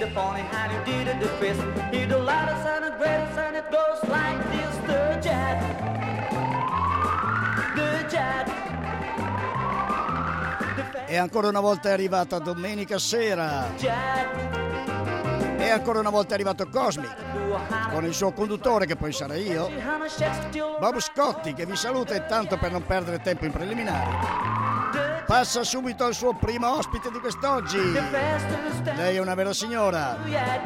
the funny how you did it, the twist. Hear the loudest and the greatest, and it goes like this. The jet, the jet. E ancora una volta è arrivata domenica sera. E ancora una volta è arrivato Cosmic con il suo conduttore, che poi sarei io, Bob Scotti, che vi saluta, e tanto per non perdere tempo in preliminari passa subito al suo primo ospite di quest'oggi. Lei è una vera signora,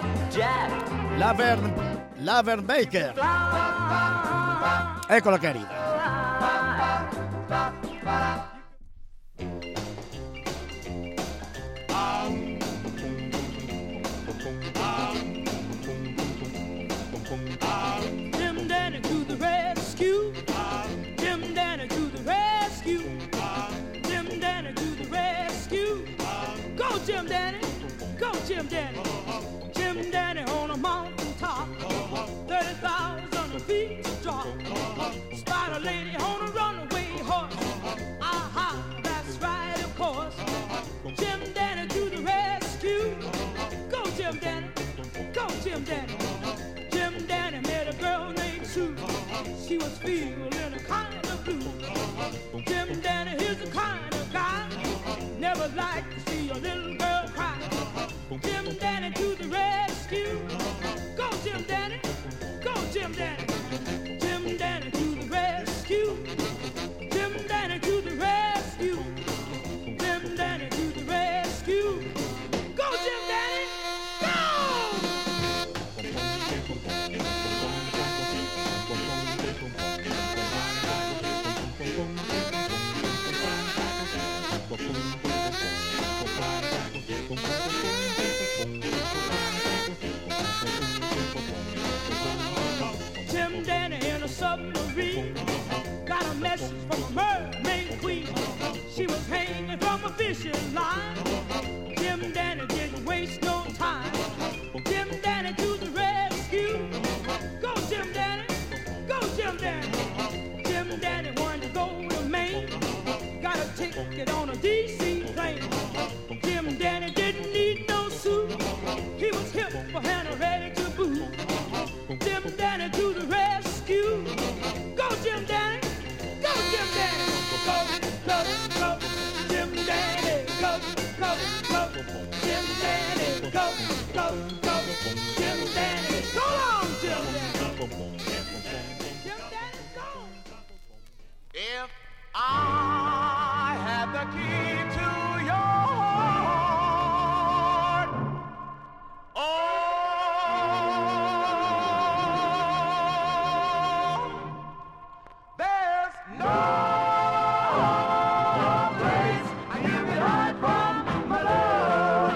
Laverne Baker. Eccola che arriva. Jim Danny to the rescue. Jim Danny to the rescue. Jim Danny to the rescue. Go Jim Danny, go Jim Danny. Jim Danny on a mountain top, 30,000 feet to drop. Spider lady on a runaway horse. Aha, that's right, of course. Jim Danny to the rescue. Go Jim Danny, go Jim Danny. Jim Danny met a girl named Sue. She was feeling a kind of blue. Jim Danny is the kind of guy never liked to see a little girl cry. Jim Danny to the rescue. Go Jim Danny, go Jim Danny. Jim Danny to the rescue. Jim Danny to the rescue. Jim Danny to the rescue. Go Jim Danny, go! Jim Danny in a submarine got a message from a mermaid queen. She was hanging from a fishing line. Jim Danny didn't waste no time. Jim Danny to the rescue. Go Jim Danny, go Jim Danny. Jim Danny wanted to go to Maine. Got a ticket on a DC plane. Jim Danny didn't need no suit. He was hip for hand and ready to boot. Jim Danny to the rescue. Go Jim Danny, go Jim Danny. Go, go, go, Jim Danny. Go, go, go, Jim Danny. Go, go, go, Jim Danny. Go on, Jim Danny. Jim Danny, go. If I had the key to your heart, oh, there's no place you can hide from my love.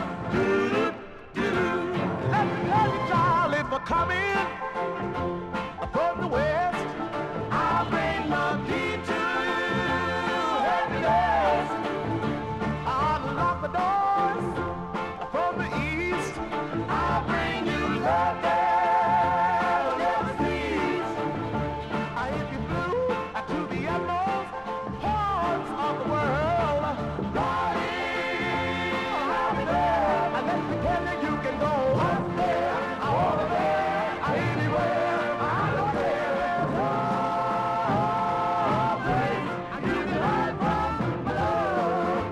Let me tell you, child, if I come in from the west, I'll bring my key to happiness. I'll unlock the doors from the east. I'll bring you love that never cease. If you flew to the utmost parts of the world, darling, I'll be there. And let me tell you, you can go up there, over there, anywhere. I don't care. There's no place you can hide from my love.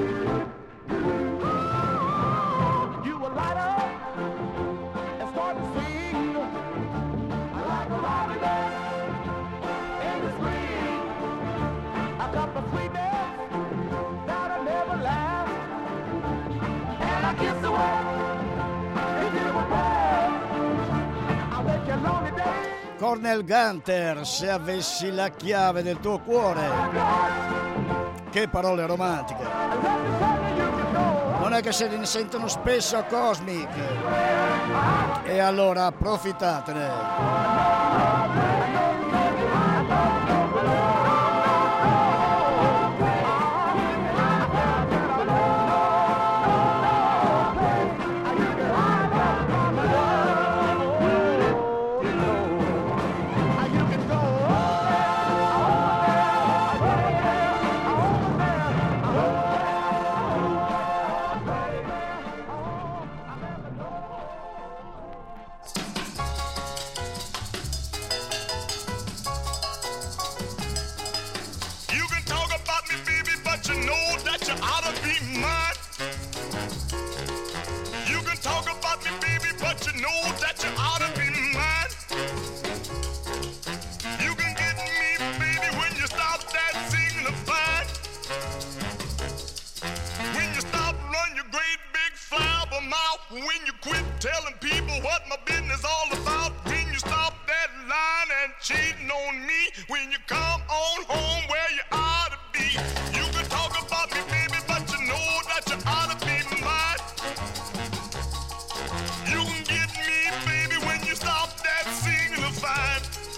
You will light up and start to sing like a robin does in the spring. A cup of sweetness that'll never last, and I kiss away if you were bad. I'll let your lonely days. Cornel Gunter, se avessi la chiave del tuo cuore. Che parole romantiche. Non è che se ne sentono spesso a Cosmic. E allora approfittatene. on home where you ought to be. You can talk about me, baby, but you know that you ought to be mine. You can get me, baby, when you stop that singing of fine.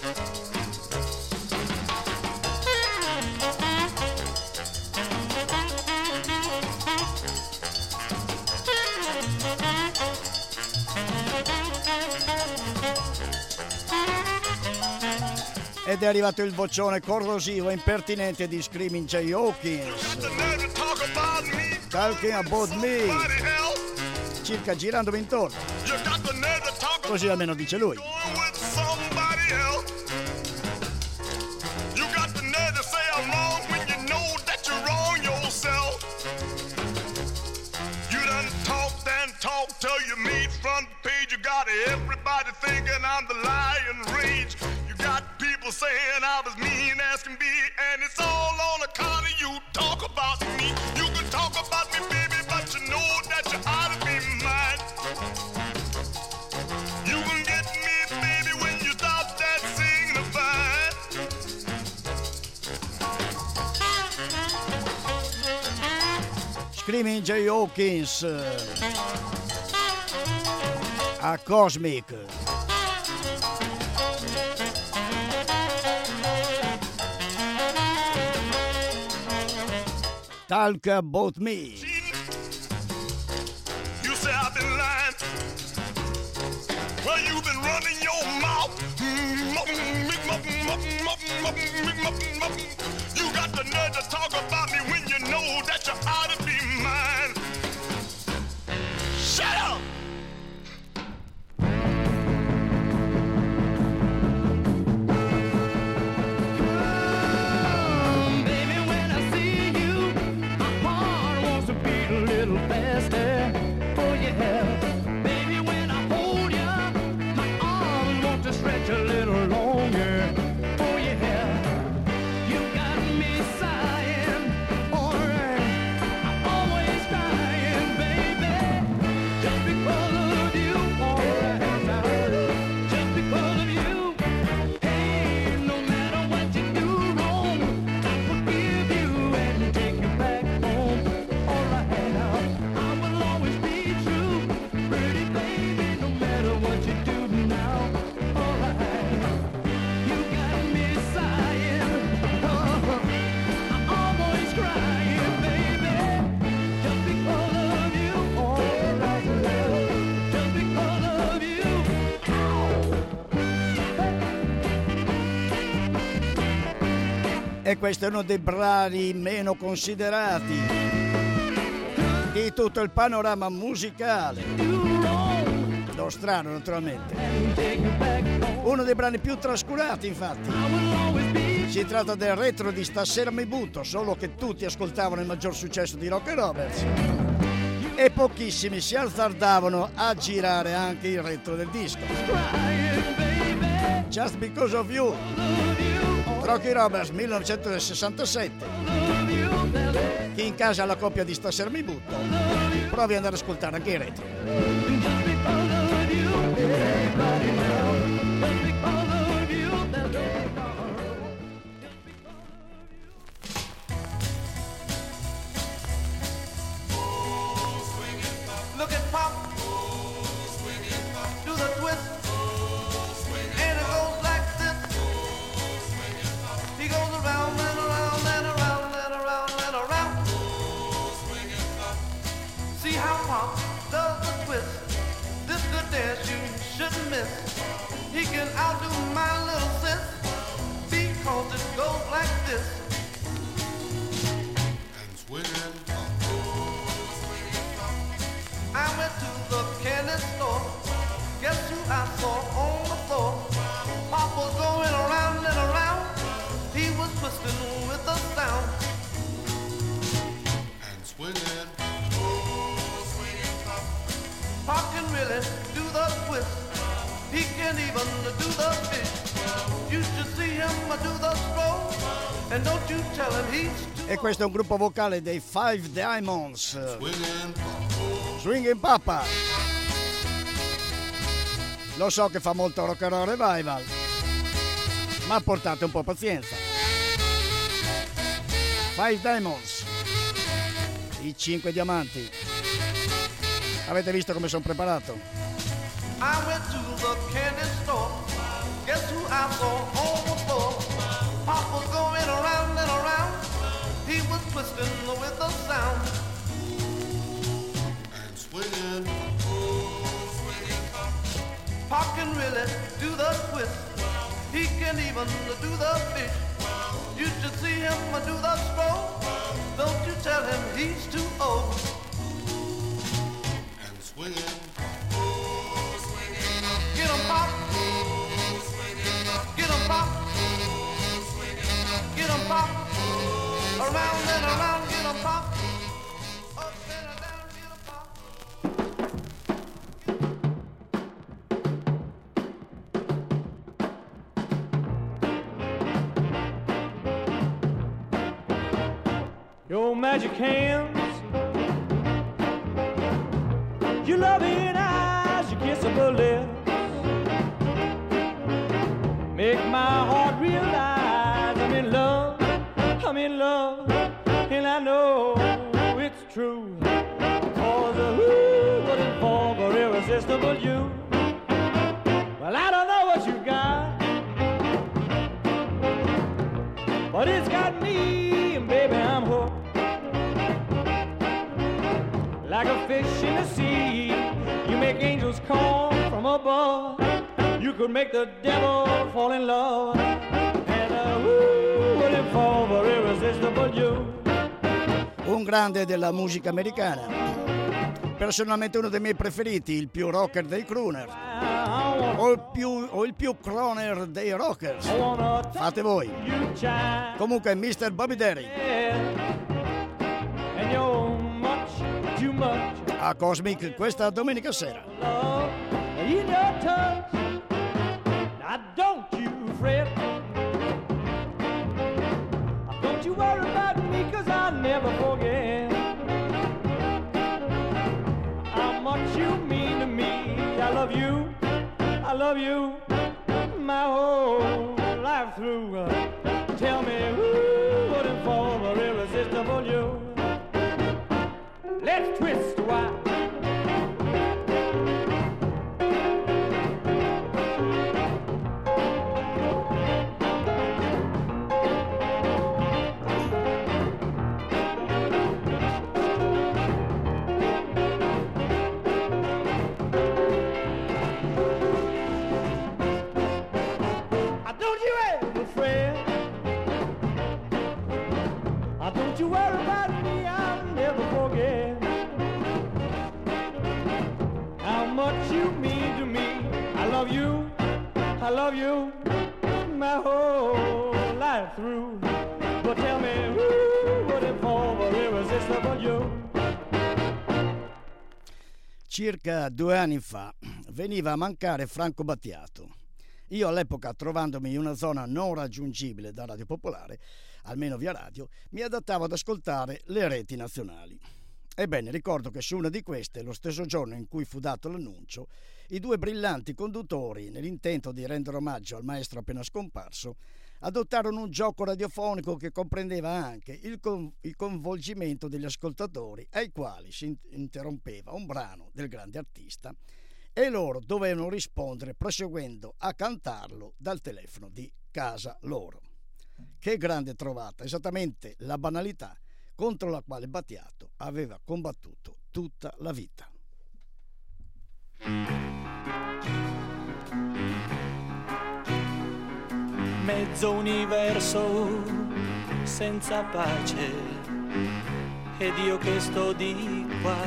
Ed è arrivato il vocione corrosivo e impertinente di Screaming Jay Hawkins. Talking About Me. Circa girandomi intorno. Così almeno dice lui. Talk till you made front page. You got everybody thinking I'm the lion rage. You got people saying I was mean as can be, and it's all on account of you. Talk about me. You can talk about me, baby, but you know that you ought to be mine. You can get me, baby, when you stop that singing of mine. Screaming Jay Hawkins a Cosmic. Talk About Me. You say I've been lying. Well, you've been running your mouth. You got the nerve to talk about me when you know that you ought to be mine. Shut up! E questo è uno dei brani meno considerati di tutto il panorama musicale. Lo strano, naturalmente. Uno dei brani più trascurati, infatti. Si tratta del retro di Stasera mi butto, solo che tutti ascoltavano il maggior successo di Rocky Roberts e pochissimi si azzardavano a girare anche il retro del disco. Just Because of You, Rocky Roberts 1967. Chi in casa ha la copia di Stasera mi butto, provi ad andare ad ascoltare anche il retro. Look at Pop, do the twist, and it goes like this. He goes around and around and around and around and around. See how Pop does the twist. This good dance you shouldn't miss. He can outdo my little sense because it goes like this. And swinging. I went to the candy store. Guess who I saw on the floor? Pop was going around and around. He was twisting with the sound. And swinging. Pop can really do the twist. He can even do the fish. You should see him do the stroll. And don't you tell him he's too. E questo è un gruppo vocale dei Five Diamonds. Swinging. Swinging Papa. Lo so che fa molto rock and roll revival, ma portate un po' pazienza. Five Diamonds, i 5 diamanti. Avete visto come sono preparato? I went to the candy store. Guess who I saw on the floor? Pop was going around and around. He was twisting with the sound and swinging. Pop can really do the twist. He can even do the fish. You should see him do the stroll. Don't you tell him he's too old. And swinging. Get him, Pop. Get him, Pop. Get him, Pop. Around and around, get him, Pop. Up and down, get him, Pop. Your magic hands, your loving eyes, your kissable lips make my heart realize I'm in love, and I know it's true. Cause who wouldn't fall for irresistible you? Well, I don't know what you got, but it's got me, and baby, I'm hooked. Like a fish in the sea, you make angels come from above. You could make the devil fall in love, and who wouldn't fall for irresistible you? Un grande della musica americana, personalmente uno dei miei preferiti, il più rocker dei crooner, o il più croner dei rockers, fate voi. Comunque Mr. Bobby Darin a Cosmic questa domenica sera. Now don't you fret, don't you worry about me, cause I'll never forget how much you mean to me. I love you, my whole life through. Tell me who wouldn't fall for irresistible you? Let's twist a while. Don't you worry about me, I'll never forget how much you mean to me. I love you, my whole life through. But tell me who would it fall for irresistible you? Circa 2 anni fa veniva a mancare Franco Battiato. Io all'epoca, trovandomi in una zona non raggiungibile da Radio Popolare, almeno via radio, mi adattavo ad ascoltare le reti nazionali. Ebbene, ricordo che su una di queste, lo stesso giorno in cui fu dato l'annuncio, i 2 brillanti conduttori, nell'intento di rendere omaggio al maestro appena scomparso, adottarono un gioco radiofonico che comprendeva anche il coinvolgimento degli ascoltatori, ai quali si interrompeva un brano del grande artista e loro dovevano rispondere proseguendo a cantarlo dal telefono di casa loro. Che grande trovata, esattamente la banalità contro la quale Battiato aveva combattuto tutta la vita. Mezzo universo senza pace ed io che sto di qua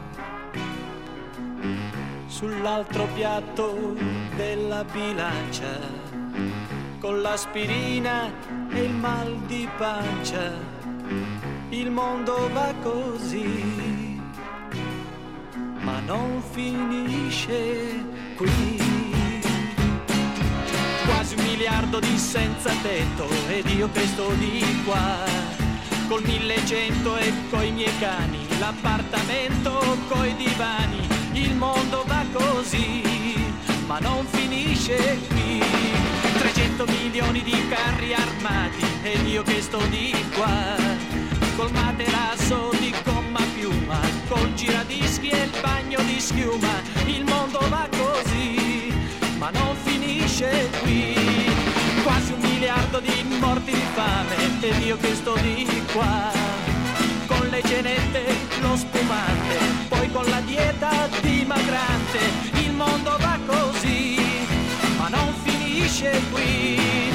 sull'altro piatto della bilancia con l'aspirina e il mal di pancia. Il mondo va così, ma non finisce qui. Quasi 1 miliardo di senza tetto ed io che sto di qua col 1100 e coi miei cani, l'appartamento coi divani. Il mondo va così, ma non finisce qui. 300 milioni di carri armati ed io che sto di qua col materasso di gomma piuma, col giradischi e il bagno di schiuma. Il mondo va così, ma non finisce qui. Quasi 1 miliardo di morti di fame ed io che sto di qua, con le cenette, lo spumante, poi con la dieta dimagrante. Il mondo va così, ma non finisce qui.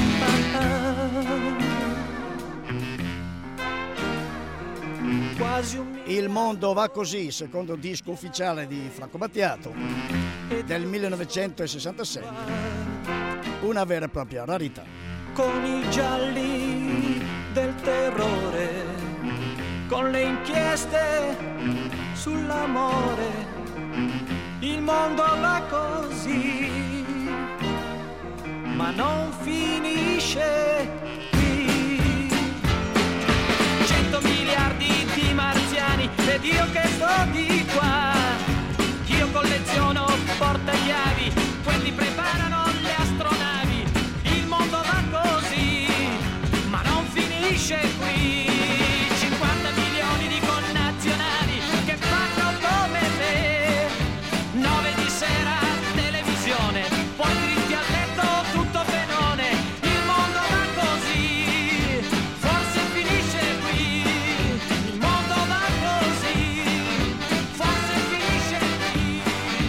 Il mondo va così, secondo il disco ufficiale di Franco Battiato del 1966, una vera e propria rarità. Con i gialli del terrore, con le inchieste sull'amore, il mondo va così, ma non finisce qui. 100 miliardi di marziani ed io che sto di qua, io colleziono portachiavi, quelli preparano le astronavi. Il mondo va così, ma non finisce qui. 50 milioni di connazionali che fanno come me, 9 di sera televisione, poi dritti al letto tutto benone. Il mondo va così, forse finisce qui. Il mondo va così, forse finisce qui.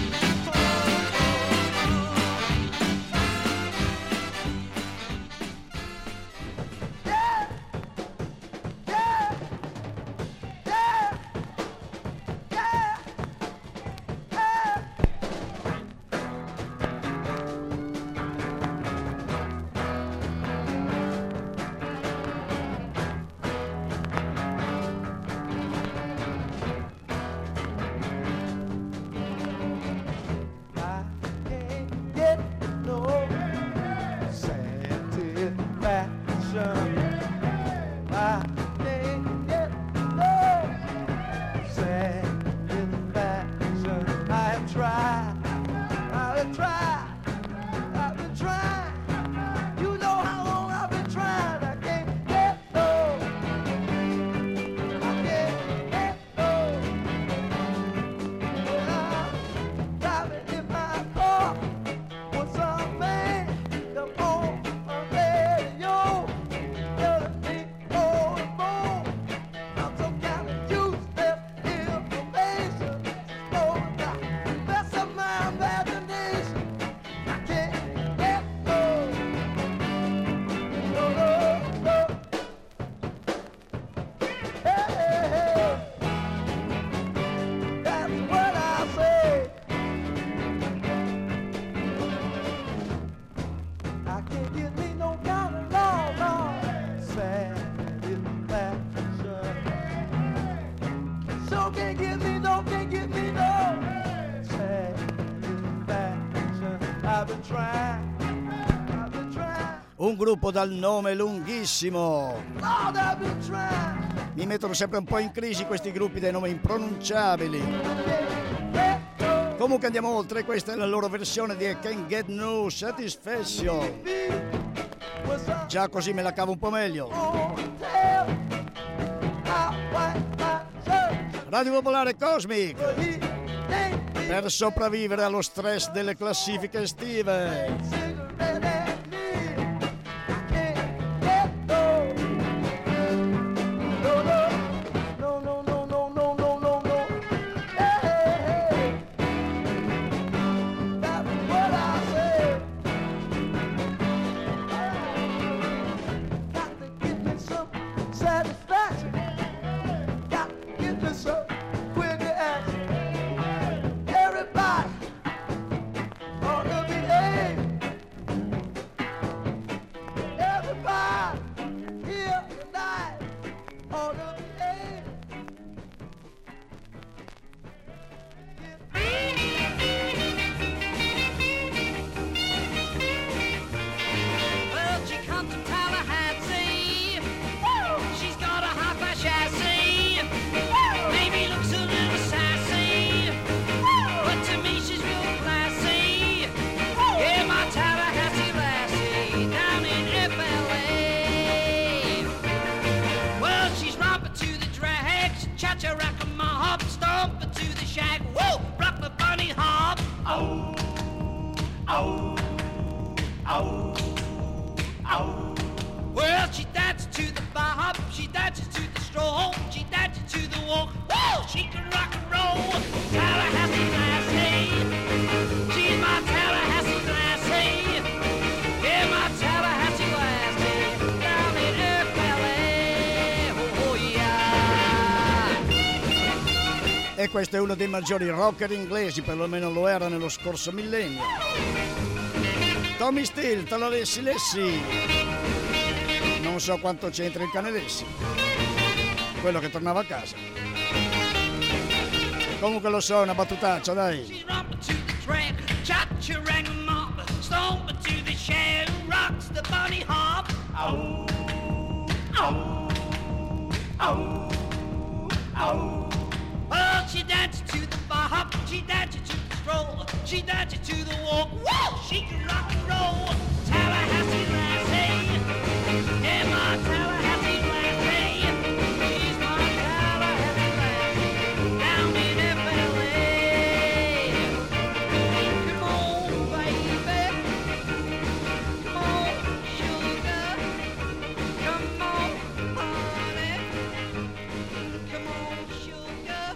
Un gruppo dal nome lunghissimo. Mi mettono sempre un po' in crisi questi gruppi dai nomi impronunciabili. Comunque andiamo oltre, questa è la loro versione di I Can't Get No Satisfaction. Già così me la cavo un po' meglio. Radio Popolare Cosmic, per sopravvivere allo stress delle classifiche estive. Cha-cha-rock-a-ma-hop, stomp to the shack. Woo! Rock the bunny hop. Ow, ow, ow, ow. Well, she dances to the bop, she dances to the stroll, she dances to the walk. Woo! She can rock and roll. Tallahassee lassie, she's my Tallahassee lassie. Yeah, my Tallahassee lassie, down in FLA. Oh, yeah. E questo è uno dei maggiori rocker inglesi, perlomeno lo era nello scorso millennio. Tommy Steele, Talalessi Lessi. Non so quanto c'entra il cane Lessi, quello che tornava a casa. Comunque lo so, è una battutaccia, dai. She dances to the bop, she dances to the stroll, she dances to the walk. Woo! She can rock and roll. Tallahassee lassie, yeah, my Tallahassee lassie. She's my Tallahassee lassie, down in FLA. Come on, baby, come on, sugar, come on, honey, come on, sugar.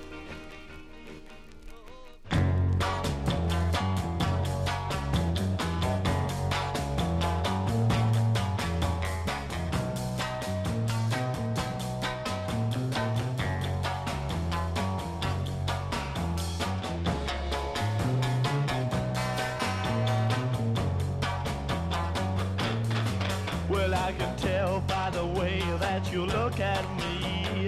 Well, I can tell by the way that you look at me.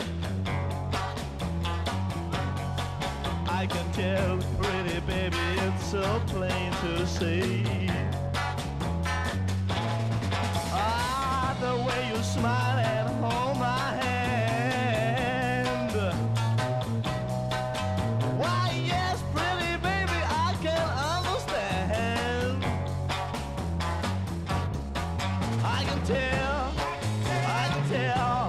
I can tell, pretty baby, it's so plain to see. Ah, the way you smile and hold my hand. Why, yes, pretty baby, I can understand. I can tell, I can tell.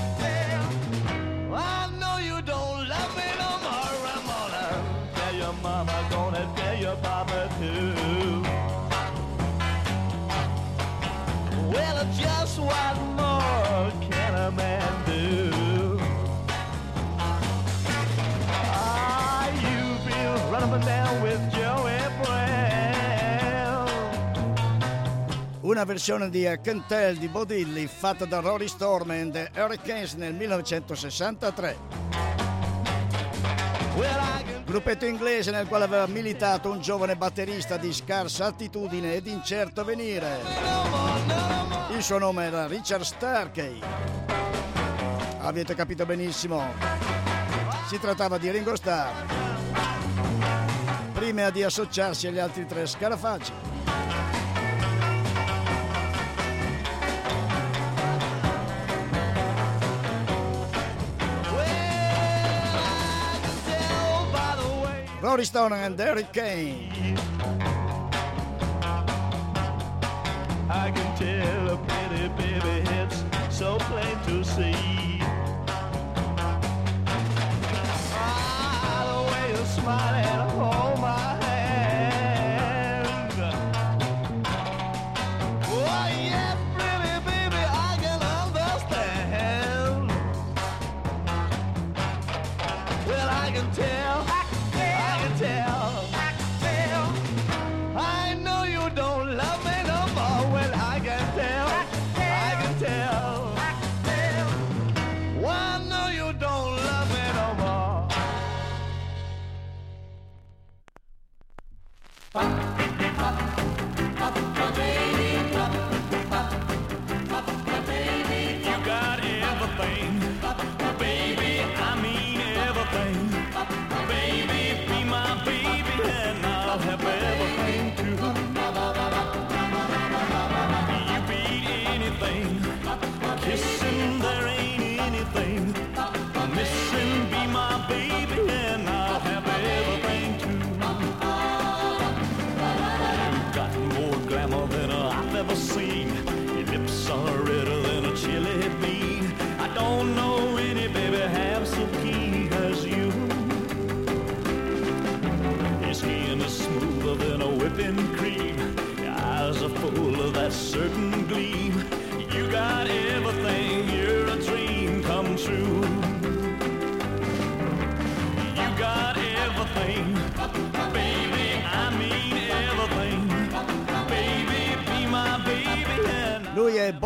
I know you don't love me no more. I'm gonna tell your mama, gonna tell your papa too. Well, just what more can a man do? Ah, you've been running up and down with Joey Brown. Una versione di I Can Tell di Bo Diddley fatta da Rory Storm and the Hurricanes nel 1963. Gruppetto inglese nel quale aveva militato un giovane batterista di scarsa attitudine ed incerto venire. Il suo nome era Richard Starkey. Avete capito benissimo. Si trattava di Ringo Starr, prima di associarsi agli altri tre Scarafaggi. Rory Stone and Eric Kane. I can tell a pretty baby it's so plain to see. Ah, the way you smile and hold my hand. Oh yeah, pretty baby, I can understand. Well, I can tell, I can tell. I know you don't love me no more. Well, I can tell, I can tell. Well, I know you don't love me no more.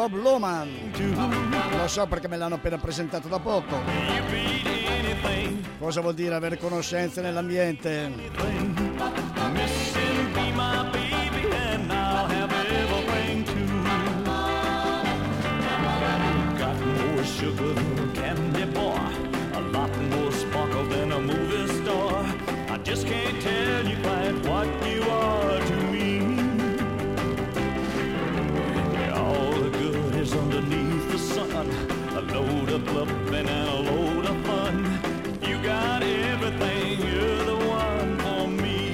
Bob Luman. Lo so perché me l'hanno appena presentato da poco. Cosa vuol dire avere conoscenze nell'ambiente? Sugar candy boy, a lot more sparkle than a movie star. I just can't tell you quite what you are to me. Yeah, all the good is underneath the sun. A load of loving and a load of fun. You got everything, you're the one for me.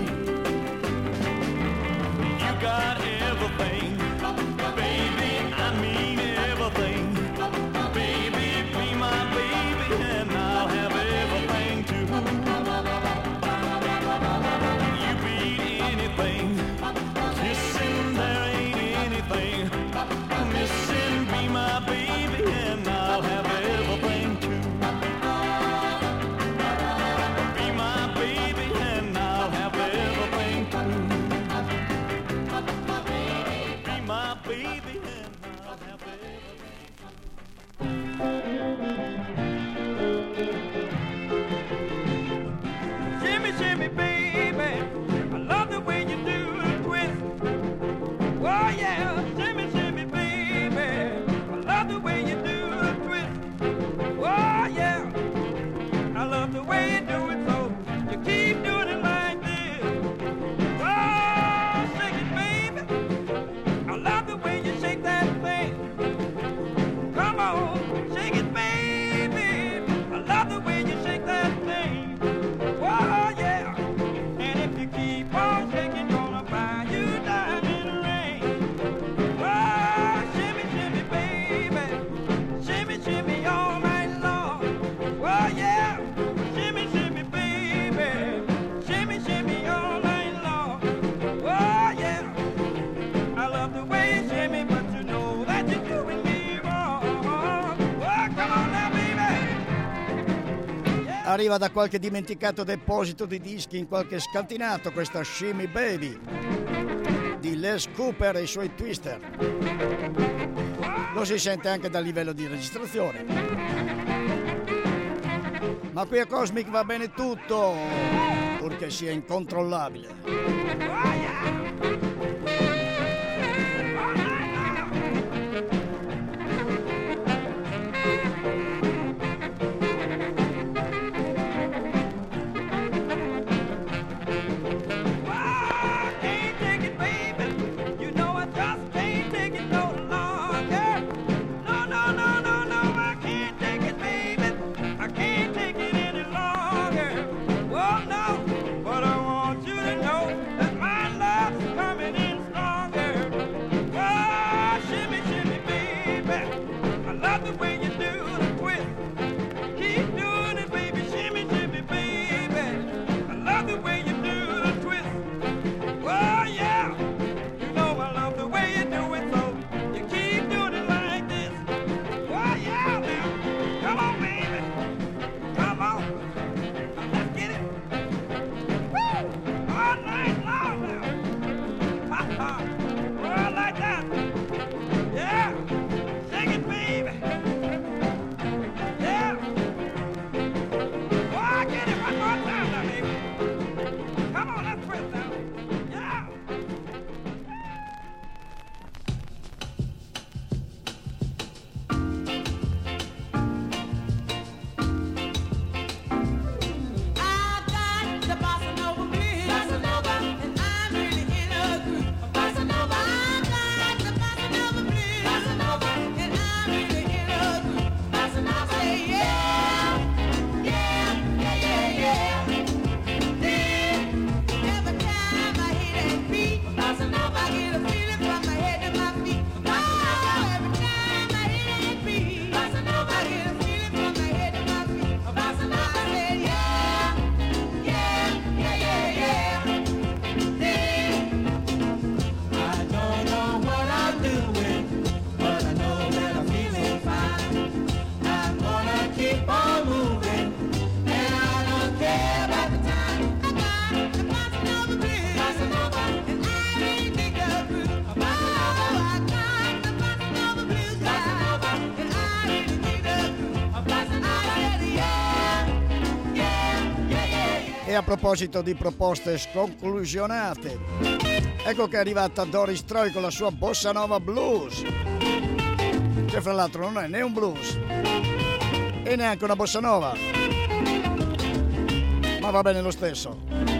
You got everything, baby, I mean everything. Arriva da qualche dimenticato deposito di dischi in qualche scantinato questa Shimmy Baby di Les Cooper e i suoi Twister. Lo si sente anche dal livello di registrazione. Ma qui a Cosmic va bene tutto, purché sia incontrollabile. But I want you to know that my love a proposito di proposte sconclusionate, ecco che è arrivata Doris Troy con la sua Bossa Nova Blues, che fra l'altro non è né un blues e neanche una bossa nova, ma va bene lo stesso.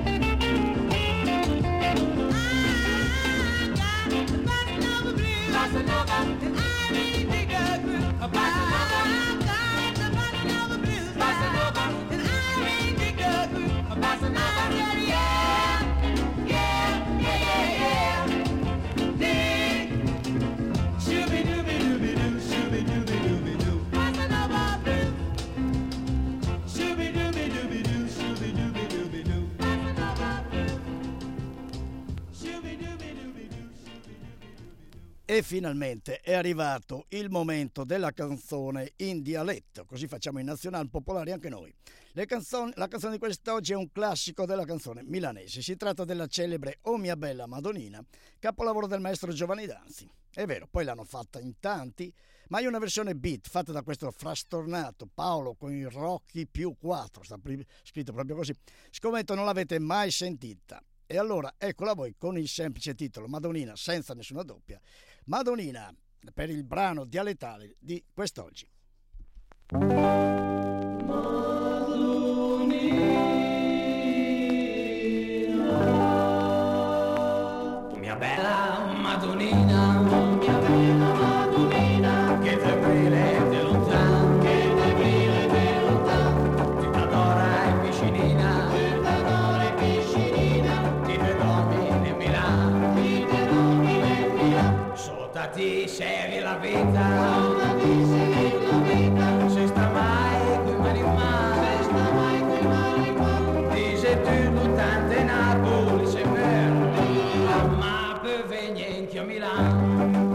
E finalmente è arrivato il momento della canzone in dialetto, così facciamo i nazionali popolari anche noi. La canzone di quest'oggi è un classico della canzone milanese, si tratta della celebre O mia bella Madonnina, capolavoro del maestro Giovanni Danzi. È vero, poi l'hanno fatta in tanti, ma è una versione beat fatta da questo frastornato Paolo con i Rocchi più 4, sta scritto proprio così, scommetto non l'avete mai sentita. E allora eccola voi con il semplice titolo Madonnina senza nessuna doppia. Madonnina per il brano dialettale di quest'oggi. Mia bella Madonnina, mia bella Madonnina, che te brille di lontano, che te brille di lontano, ti t'adora in piscinina, ti t'adora in piscinina, ti te dormi in Milano, ti te dormi in Milano, sotto ti servi la vita, sotto ti servi la vita, se sta mai con mani in mano, se sta mai con mani in mano, dice tu tante Napoli sei bella, ma per venire anche a Milano.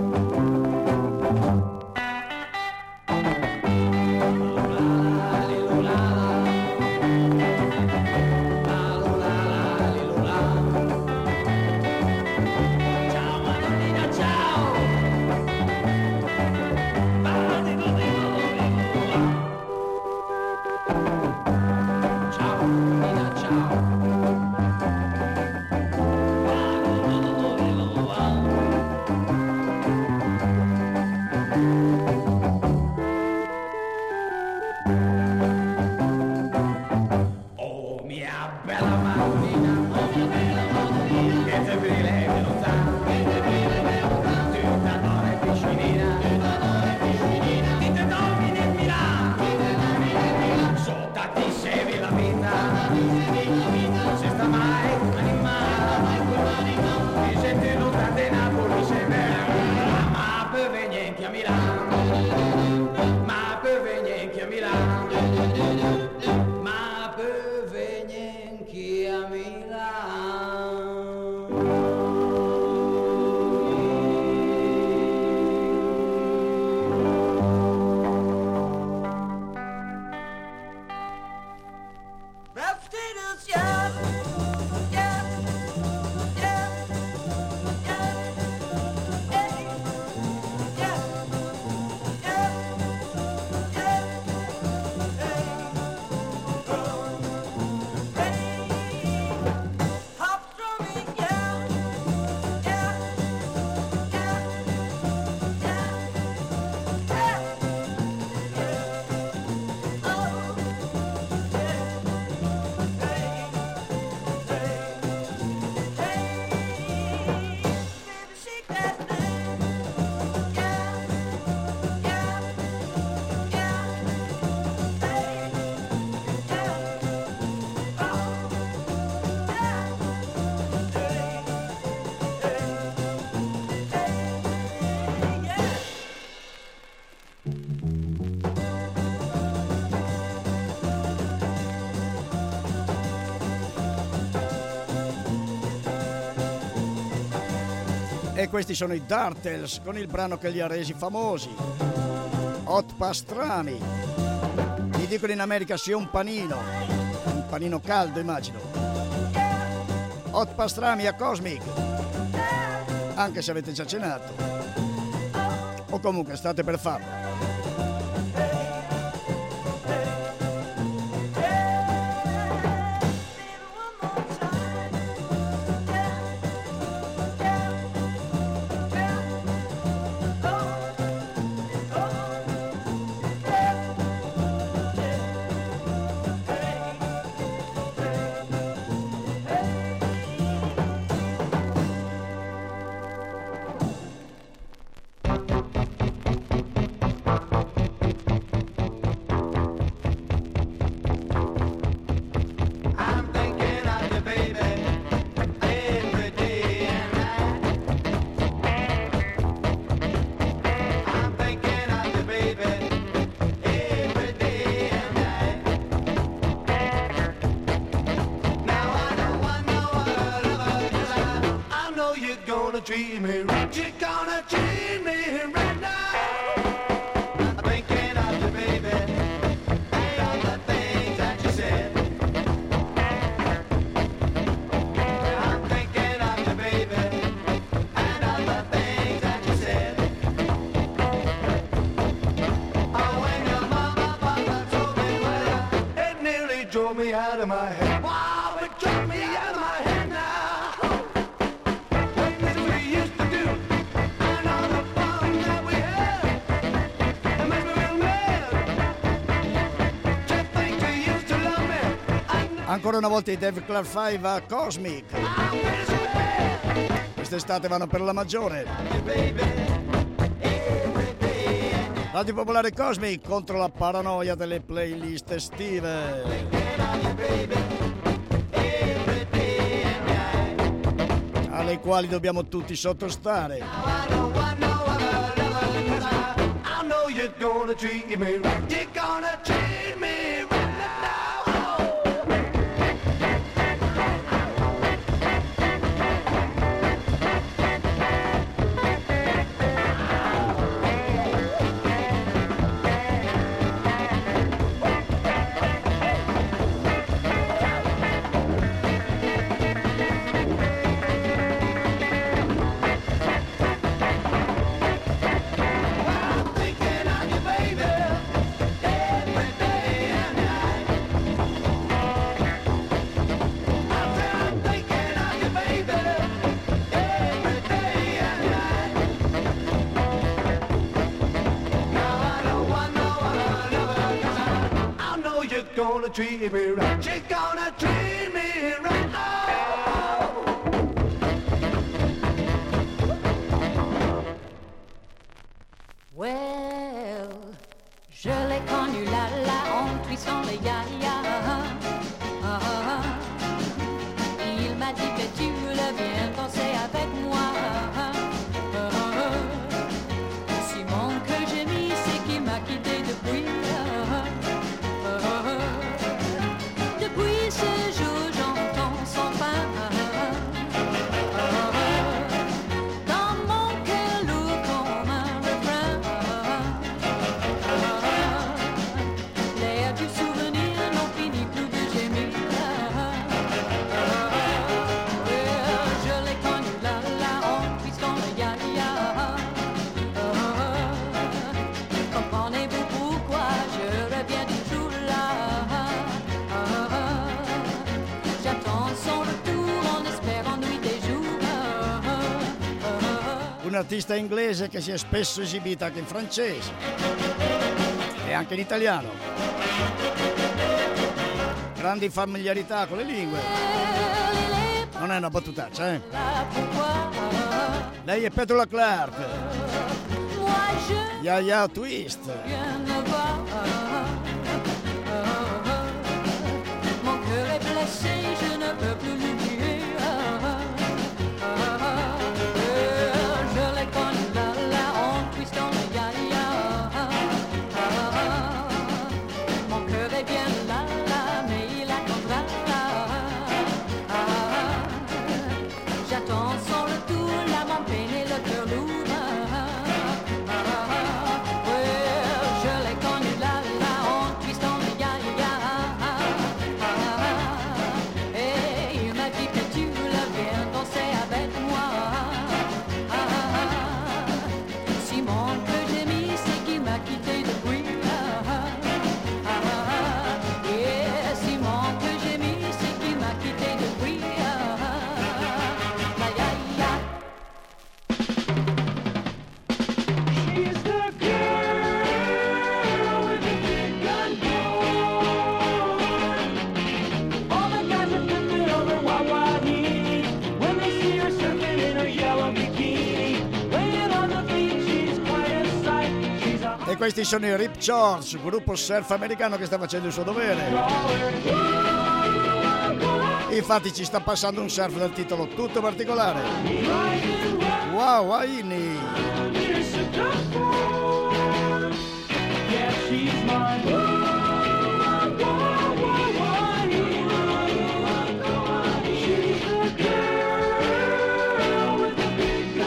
E questi sono i Dartles con il brano che li ha resi famosi, Hot Pastrami. Gli dicono in America sia un panino caldo immagino. Hot Pastrami a Cosmic, anche se avete già cenato o comunque state per farlo. gonna treat me right. You're gonna treat me right now. I'm thinking of you, baby, and all the things that you said. I'm thinking of you, baby, and all the things that you said. Oh, when your mama, papa told me, well, it nearly drove me out of my head. Wow, it drove me out of my head now. What things we used to do, and all the fun that we had. It makes me real mad. Just think you used to love me. Ancora una volta i Dave Clark 5 a Cosmic. Quest'estate vanno per la maggiore. Radio Popolare Cosmic contro la paranoia delle playlist estive, alle quali dobbiamo tutti sottostare. I know you're gonna treat me right. You're gonna treat me right now. Thinking of you, baby, every day and night. I'm thinking of you, baby, every day and night. Now I don't want no other, 'cause I know you're gonna treat me right. You're gonna treat me right. Oh. Well, je l'ai connu là en twissant les ya-ya. Il m'a dit que tu voulais bien danser avec moi. Simon que j'ai mis, c'est qui m'a quitté depuis. Depuis ce jour, j'entends son pain. Dans mon cœur lourd comme un refrain. L'air du souvenir n'en finit plus de gémir. Je l'ai connu là en puissant le ya-ya. Comprenez-vous pourquoi je reviens toujours là? J'attends son retour en espérant nuit et jour. Un'artista inglese che si è spesso esibita anche in francese e anche in italiano. Grandi familiarità con le lingue. Non è una battutaccia, eh? Lei è Petula Clark. Ya-ya Twist. Mon cœur est blessé, je ne peux plus l'oublier. Je l'ai connu là en twistant le ya-ya. Mon cœur est bien là, mais il attendra. J'attends son retour, l'âme en peine et le cœur lourd. Je l'ai connu là en twistant le ya-ya. Et il m'a dit que tu voulais bien danser avec moi. Simon que j'ai mis, c'est qui m'a quitté depuis. Et Simon que j'ai mis, c'est qui m'a quitté depuis. Ya-ya-ya. She's the girl with the big gun gun. All the guys are flipping over Wawa-hee when they see her surfing in her yellow bikini. Laying on the beach, she's quite a sight. She's a E questi sono i Rip George, gruppo surf americano che sta facendo il suo dovere. Infatti ci sta passando un surf dal titolo tutto particolare. Wow, Waini! yeah, she's mine. She's the girl with the big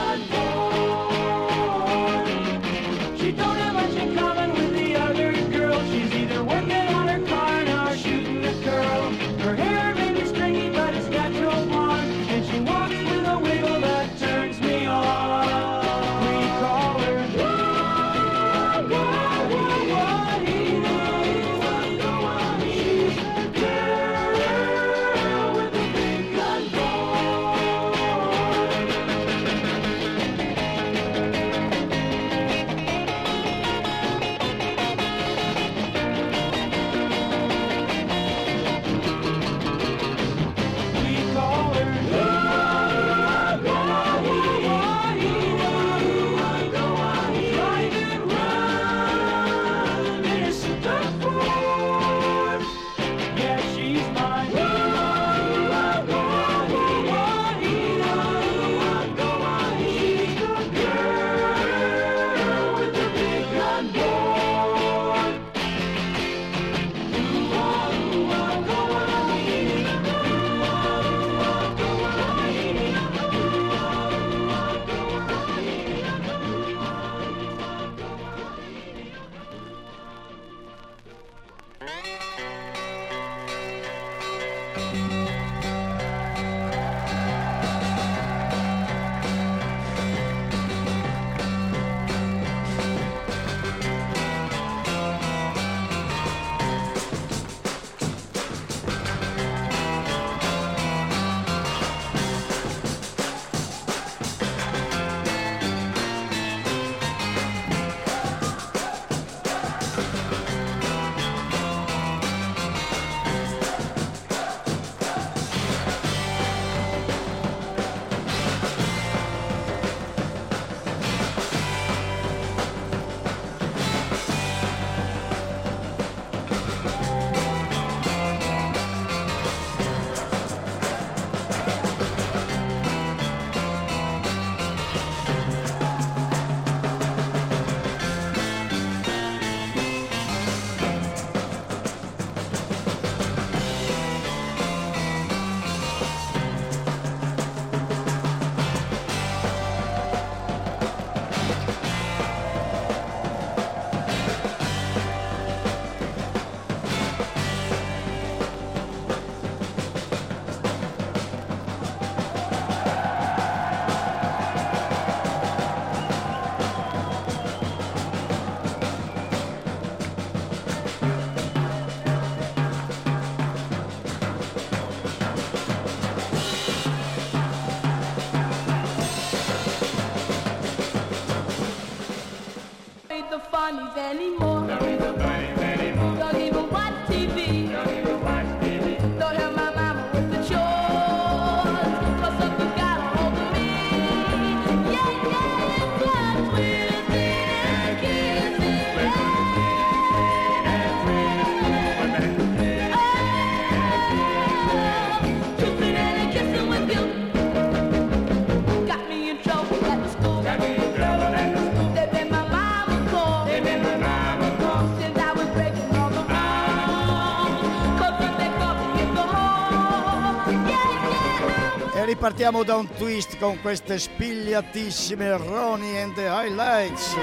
partiamo da un twist con queste spigliatissime Ronnie and the Highlights.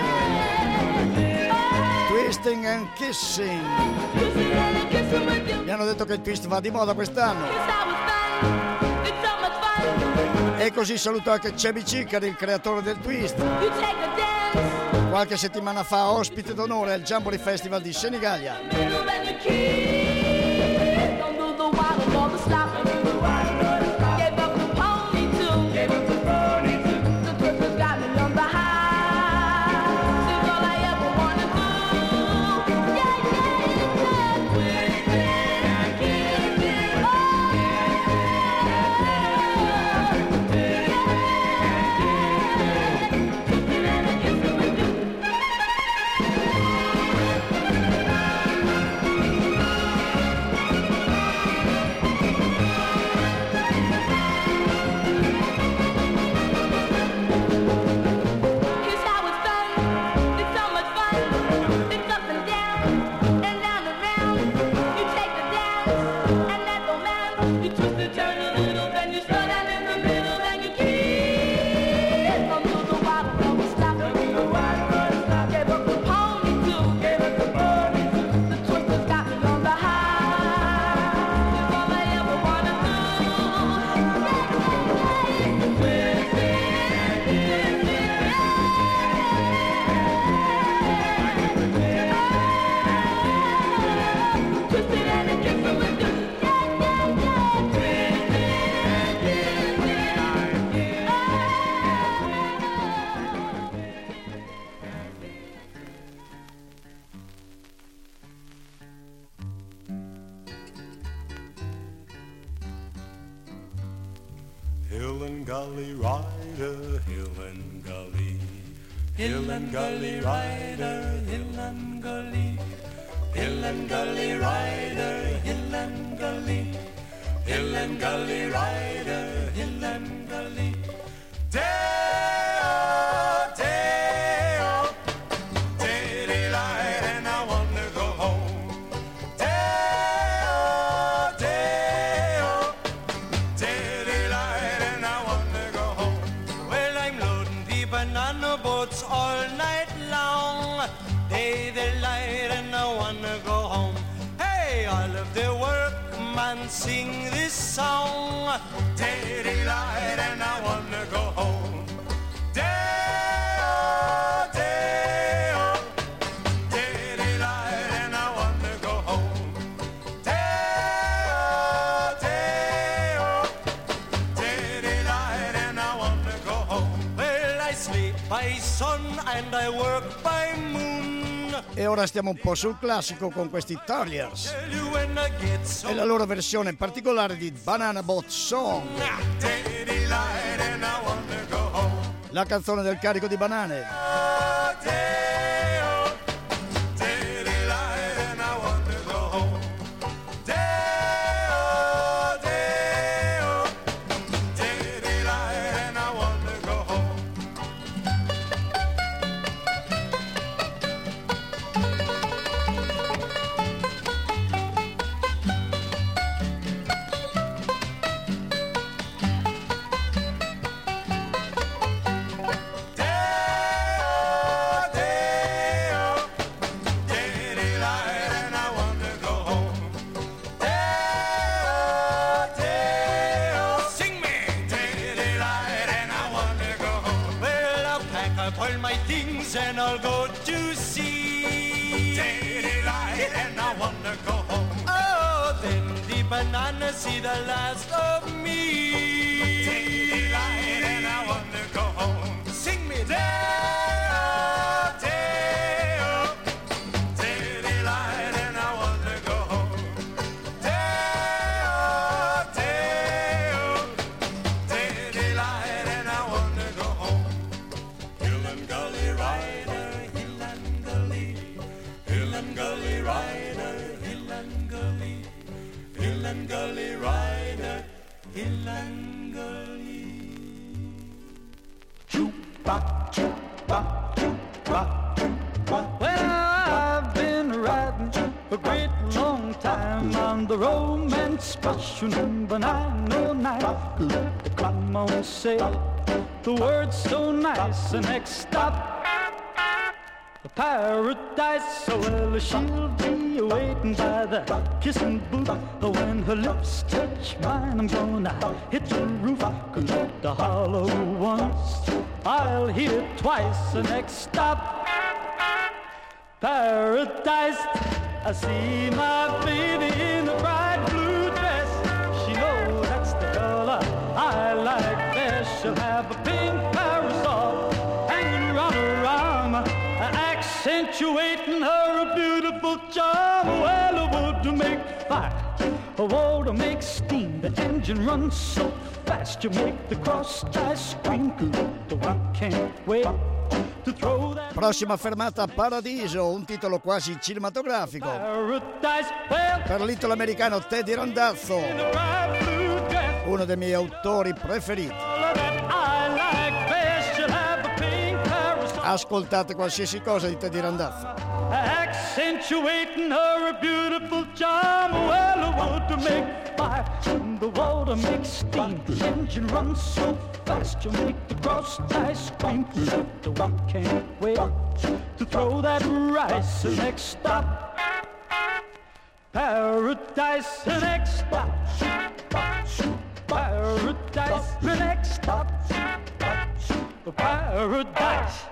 Twisting and Kissing. Mi hanno detto che il twist va di moda quest'anno. E così saluto anche Chubby Chicken, il creatore del twist. Qualche settimana fa ospite d'onore al Jamboree Festival di Senigallia. Hill and gully rider, hill and gully, hill and gully rider, hill and gully, hill and gully rider, hill and gully, hill and gully rider, hill and gully. Day-o, day-o, day-daylight, and I want to go home. Day-o, day-o, day-daylight, and I want to go home. Well, I'm loading the banana boats all night long. Day-daylight, and I want to go home. Hey, all of the workmen sing this song. Day-daylight, and I want to go home. Day-o, day-o, day-daylight, and I want to go home. Day-o, day-o, day-daylight, and I want to go home. Well, I sleep by sun and I work by moon. E ora stiamo un po' sul classico con questi Tarriers e la loro versione particolare di Banana Boat Song, la canzone del carico di banane. And I'll go to sea. Daylight, and I wanna go home. Oh, then the bananas see the last of me. Daylight, and I wanna go home. Sing me day-o, day-o, daylight, and I wanna go home. Day-o, day-o, daylight, and I wanna go home. Hill and gully rider, hill and gully, hill and gully rider, hill and gully, hill and gully rider, hill and gully. Chupa, chupa, chupa, chupa. Well, I've been riding a great long time on the romance bus, number 909. Let the clown on say the words so nice. The next stop, paradise. So well, she'll be waiting by the kissing booth. When her lips touch mine, I'm gonna hit the roof. Let the hollow once, I'll hear twice. The next stop, paradise. I see my baby in a bright blue dress. She knows that's the color I like best. She'll have a pink parasol hanging round her arm, accentuating her beautiful charm. Well, a wood to make fire, a wall to make steam. The engine runs so fast, you make the cross ties scream. The one can't wait. Prossima fermata Paradiso, un titolo quasi cinematografico per l'italo-americano Teddy Randazzo, uno dei miei autori preferiti. Ascoltate qualsiasi cosa di Teddy Randazzo. Accentuating her beautiful charm. Well, a wood to make fire, the water makes steam. The engine runs so fast, you make the cross ties scream. The one can't wait to throw that rice. The next stop, paradise. The next stop, paradise. The next stop, paradise.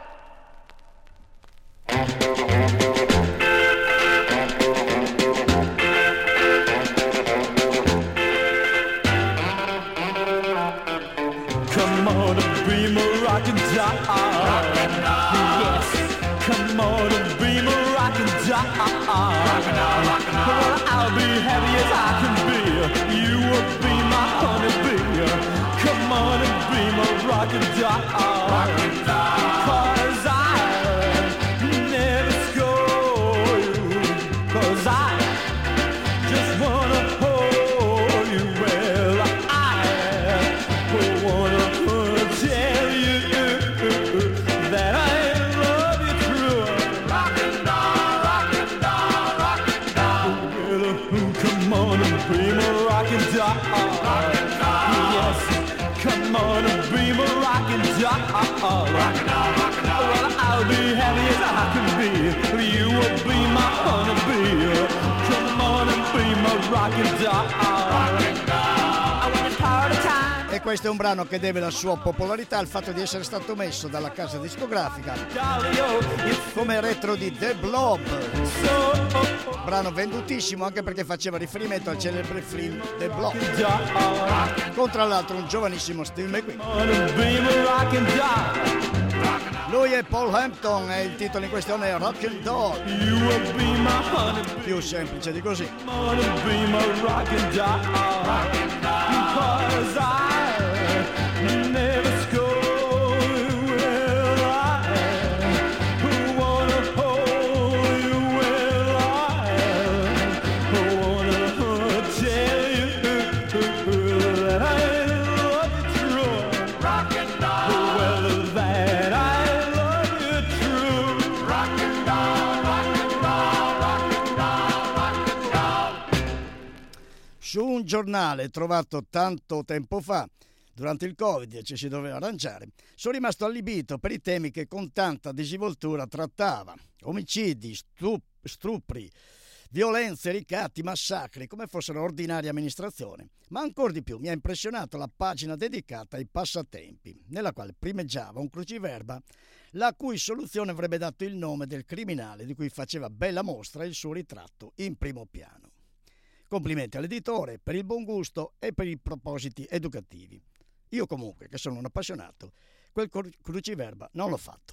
Come on and be my rockin' doll. Yes, come on and be my rockin' doll. Well, I'll be happy as I can be. You will be my honeybee. Come on and be my rockin' doll. Cause I never score you. Cause I just wanna hold you. Well, I wanna tell you that I love you true. Rockin' doll, rockin' doll, rockin' doll. Well, come on and be my rockin' doll. Rockin' doll. Yes, come on and be my rockin' doll. Rockin' doll, rockin' doll. Well, I'll be happy as I can be. You will be my honeybee. Come on and be my rockin' doll. Rockin' doll. When it's party time. E questo è un brano che deve la sua popolarità al fatto di essere stato messo dalla casa discografica come retro di The Blob, brano vendutissimo anche perché faceva riferimento al celebre film The Blob, con tra l'altro un giovanissimo Steve McQueen. Lui è Paul Hampton e il titolo in questione è Rockin' Doll. Più semplice di così. Never score you. Well, I wanna hold you. Well, I wanna tell you that I love you true. Rockin' doll. Well, that I love you true. Rockin' doll, rockin' doll, rockin' doll, rockin' doll. Su un giornale trovato tanto tempo fa, durante il Covid ci si doveva arrangiare, sono rimasto allibito per i temi che con tanta disinvoltura trattava. Omicidi, stupri, violenze, ricatti, massacri, come fossero ordinaria amministrazione. Ma ancora di più mi ha impressionato la pagina dedicata ai passatempi, nella quale primeggiava un cruciverba la cui soluzione avrebbe dato il nome del criminale di cui faceva bella mostra il suo ritratto in primo piano. Complimenti all'editore per il buon gusto e per i propositi educativi. Io comunque, che sono un appassionato, quel cruciverba non l'ho fatto.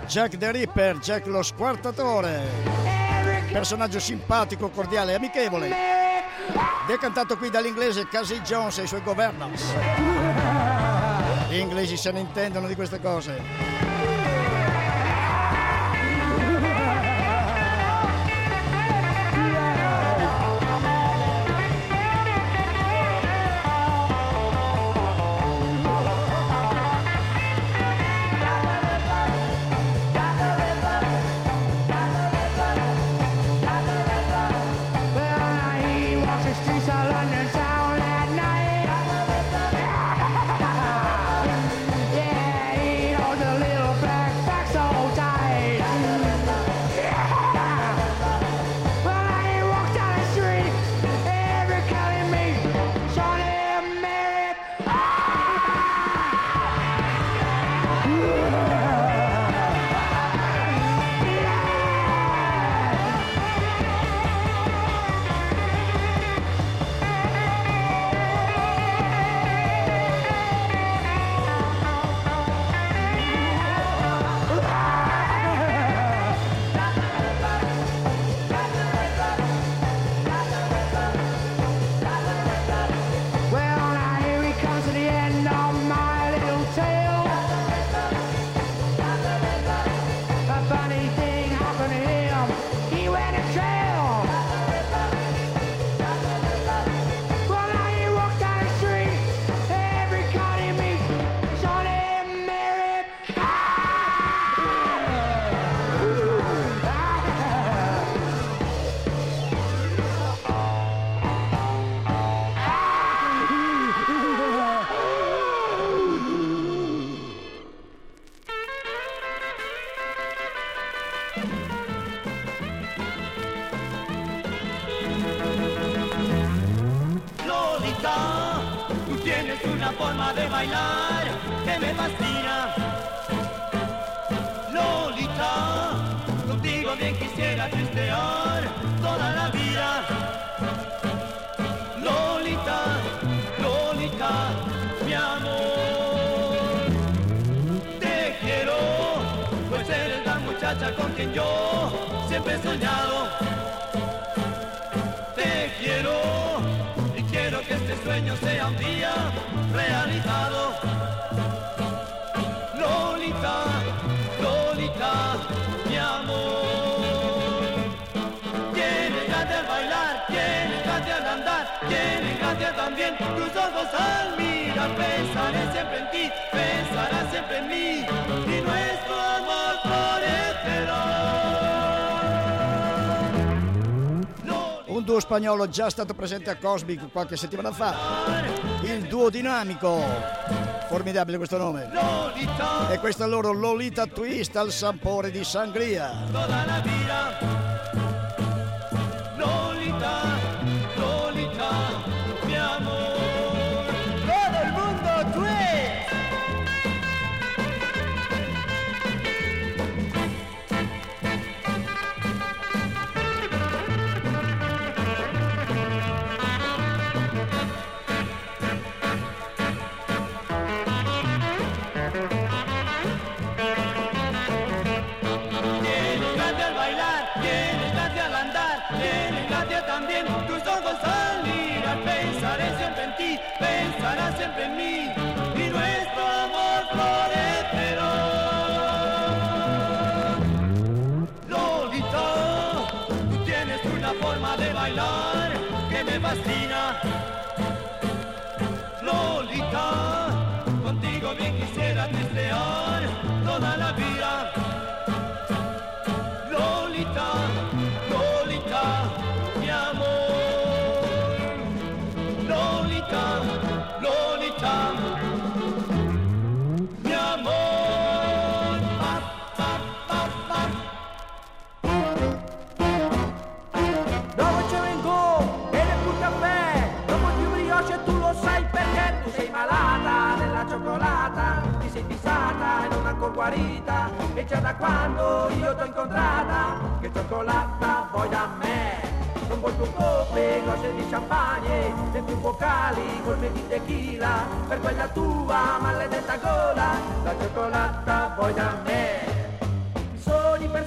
Jack the Ripper, Jack lo squartatore, personaggio simpatico, cordiale e amichevole, decantato qui dall'inglese Casey Jones e i suoi Governors. Gli inglesi se ne intendono di queste cose. Forma de bailar que me fascina. Lolita, contigo bien quisiera tristear toda la vida. Lolita, Lolita, mi amor, te quiero, pues eres la muchacha con quien yo siempre he soñado. Te quiero y quiero que este sueño sea un día realizado. Lolita, Lolita, mi amor. Tienes gracia al bailar, tienes gracia al andar, tienes gracia también tus ojos al mirar. Pensaré siempre en ti, pensarás siempre en mí, y nuestro amor florecerá. Un duo spagnolo già stato presente a Cosmic qualche settimana fa, il duo dinamico, formidabile questo nome, e questa loro Lolita Twist al sapore di sangria. Lolita, Lolita, mi amor, todo el mundo twist. También tus ojos al mirar, pensaré siempre en ti, pensarás siempre en mí, y nuestro amor florecerá. Lolita, tú tienes una forma de bailar que me fascina. Lolita, contigo bien quisiera tristear toda la vida. Lolita, Lolita, mi amor, Lolita, Lolita, mi amor, pa, pa, pa, pa. Dolce vengo, ed è pur caffè, dopo più brioche e tu lo sai perché tu sei malata della cioccolata, ti sei fissata e non ancora guarita, e già da quando io t'ho incontrata, che cioccolata vuoi da me? Non vuoi più coppe, cose di champagne, né più vocali, colme di tequila, per quella tua maledetta gola, la cioccolata vuoi da me.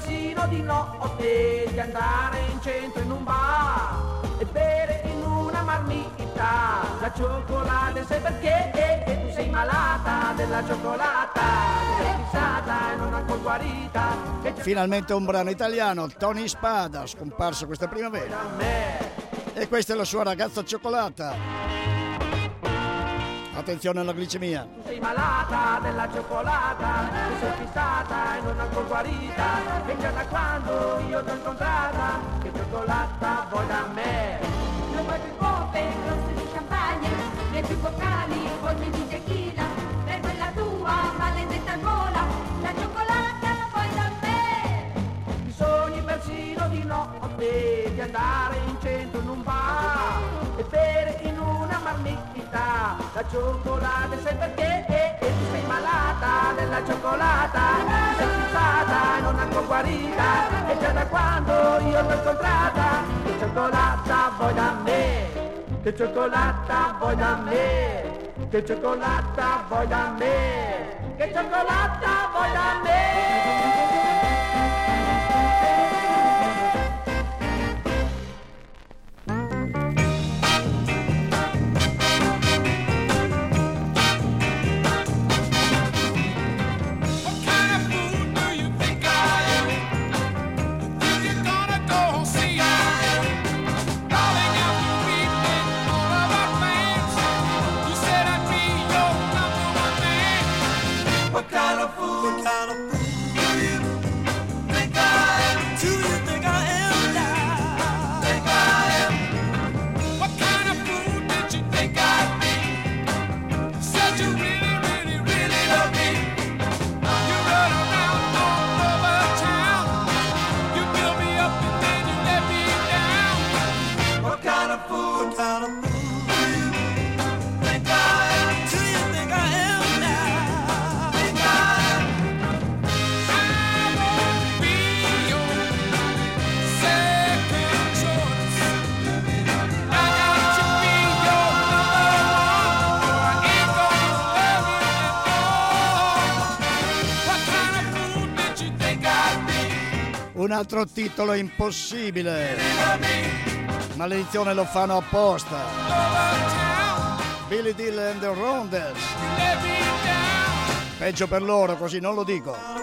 persino di notte, di andare in centro in un bar e bere in una marmita la cioccolata. E sai perché? Tu sei malata della cioccolata, sei fissata e non ancora guarita. Finalmente un brano italiano, Tony Spada, scomparso questa primavera. E questa è la sua ragazza cioccolata. Attenzione alla glicemia. Tu sei malata della cioccolata, tu sei fissata e non ancora guarita. E già da quando io t'ho incontrata, che cioccolata vuoi da me? Non vuoi più coppe, grosse di champagne, né più boccali, colmi di tequila. Per quella tua maledetta gola, la cioccolata vuoi da me? Ti sogni persino di notte, di andare in centro in un bar e bere in una marmita la cioccolata. Sai perché? Tu sei malata della cioccolata, sei fissata e non ancora guarita. E già da quando io t'ho incontrata, che cioccolata vuoi da me? Che cioccolata vuoi da me? Che cioccolata vuoi da me? Che cioccolata vuoi da me? Un altro titolo impossibile. Maledizione, lo fanno apposta. Billy Dillon and the Rounders. Peggio per loro, così non lo dico.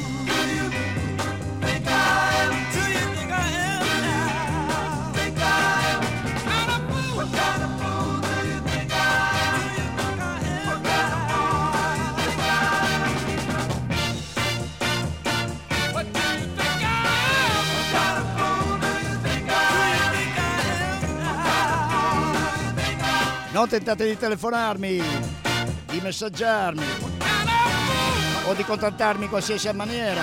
Non tentate di telefonarmi, di messaggiarmi o di contattarmi in qualsiasi maniera.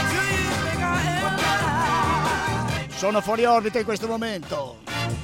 Sono fuori orbita in questo momento.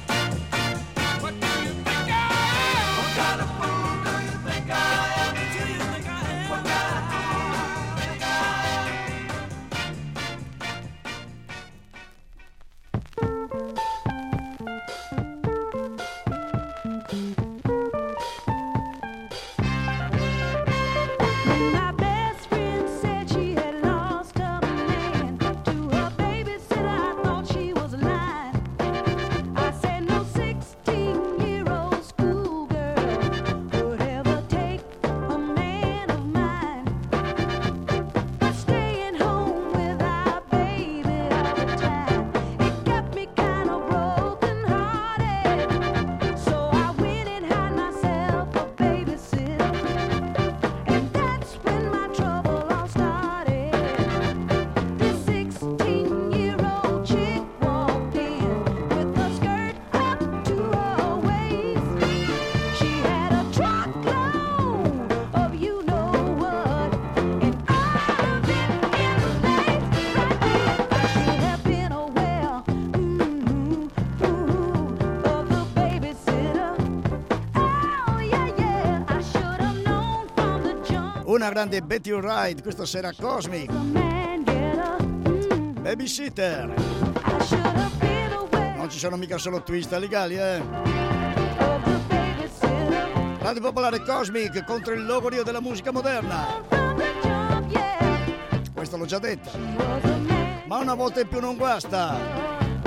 Una grande Betty Wright questa sera Cosmic. Babysitter. Non ci sono mica solo twist legali, Radio Popolare Cosmic contro il logorio della musica moderna. Questo l'ho già detto. ma una volta in più non guasta.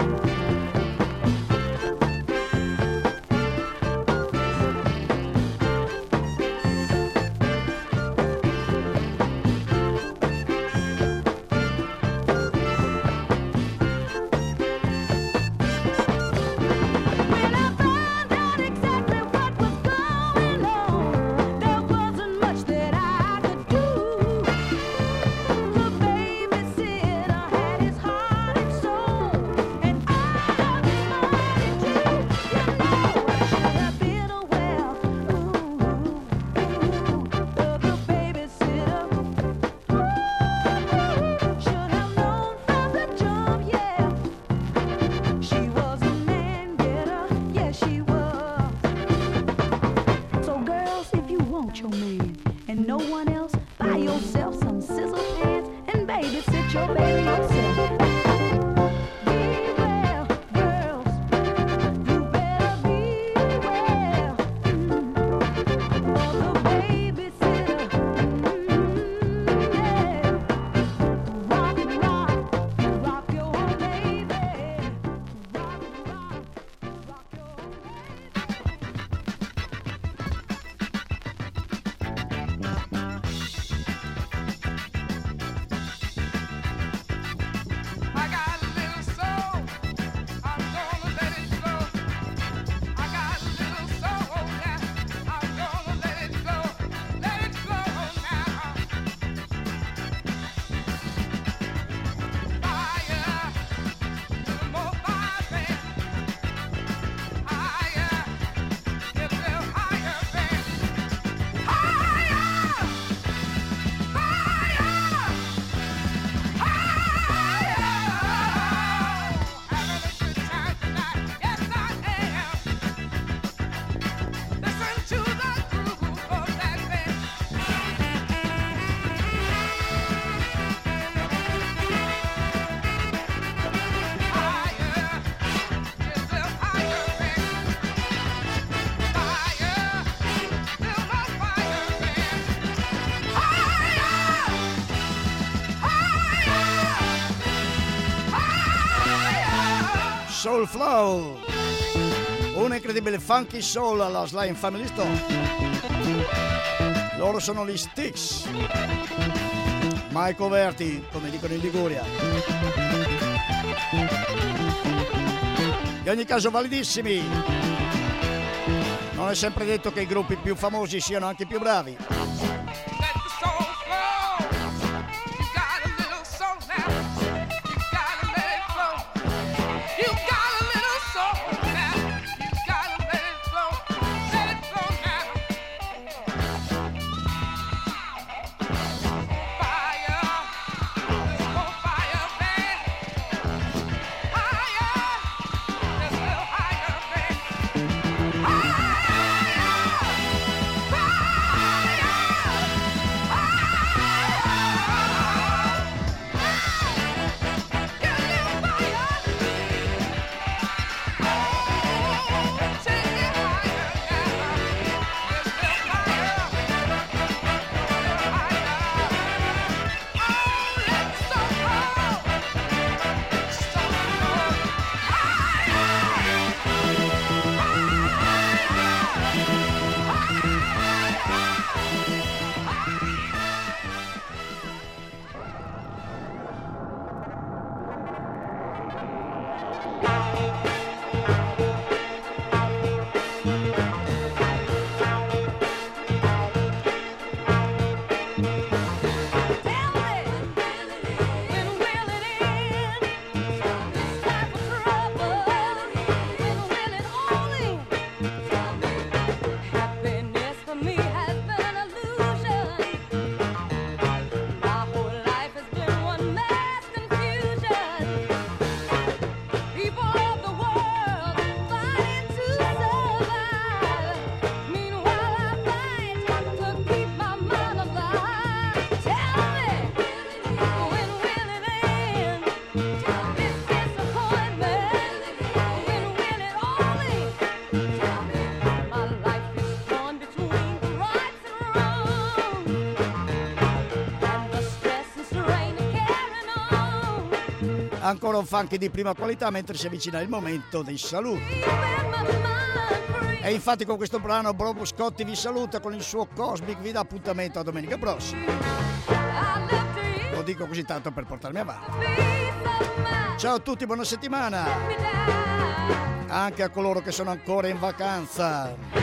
Soul Flow, un incredibile funky soul alla Sly and Family Stone. Loro sono gli Styx, mai coverti, come dicono in Liguria. In ogni caso validissimi. Non è sempre detto che i gruppi più famosi siano anche più bravi. Fire! Ancora un funky di prima qualità mentre si avvicina il momento dei saluti. E infatti con questo brano Bob Scotti vi saluta con il suo Cosmic, vi dà appuntamento a domenica prossima. Lo dico così tanto per portarmi avanti. Ciao a tutti, buona settimana. Anche a coloro che sono ancora in vacanza.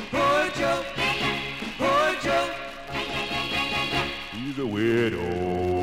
He's a weirdo.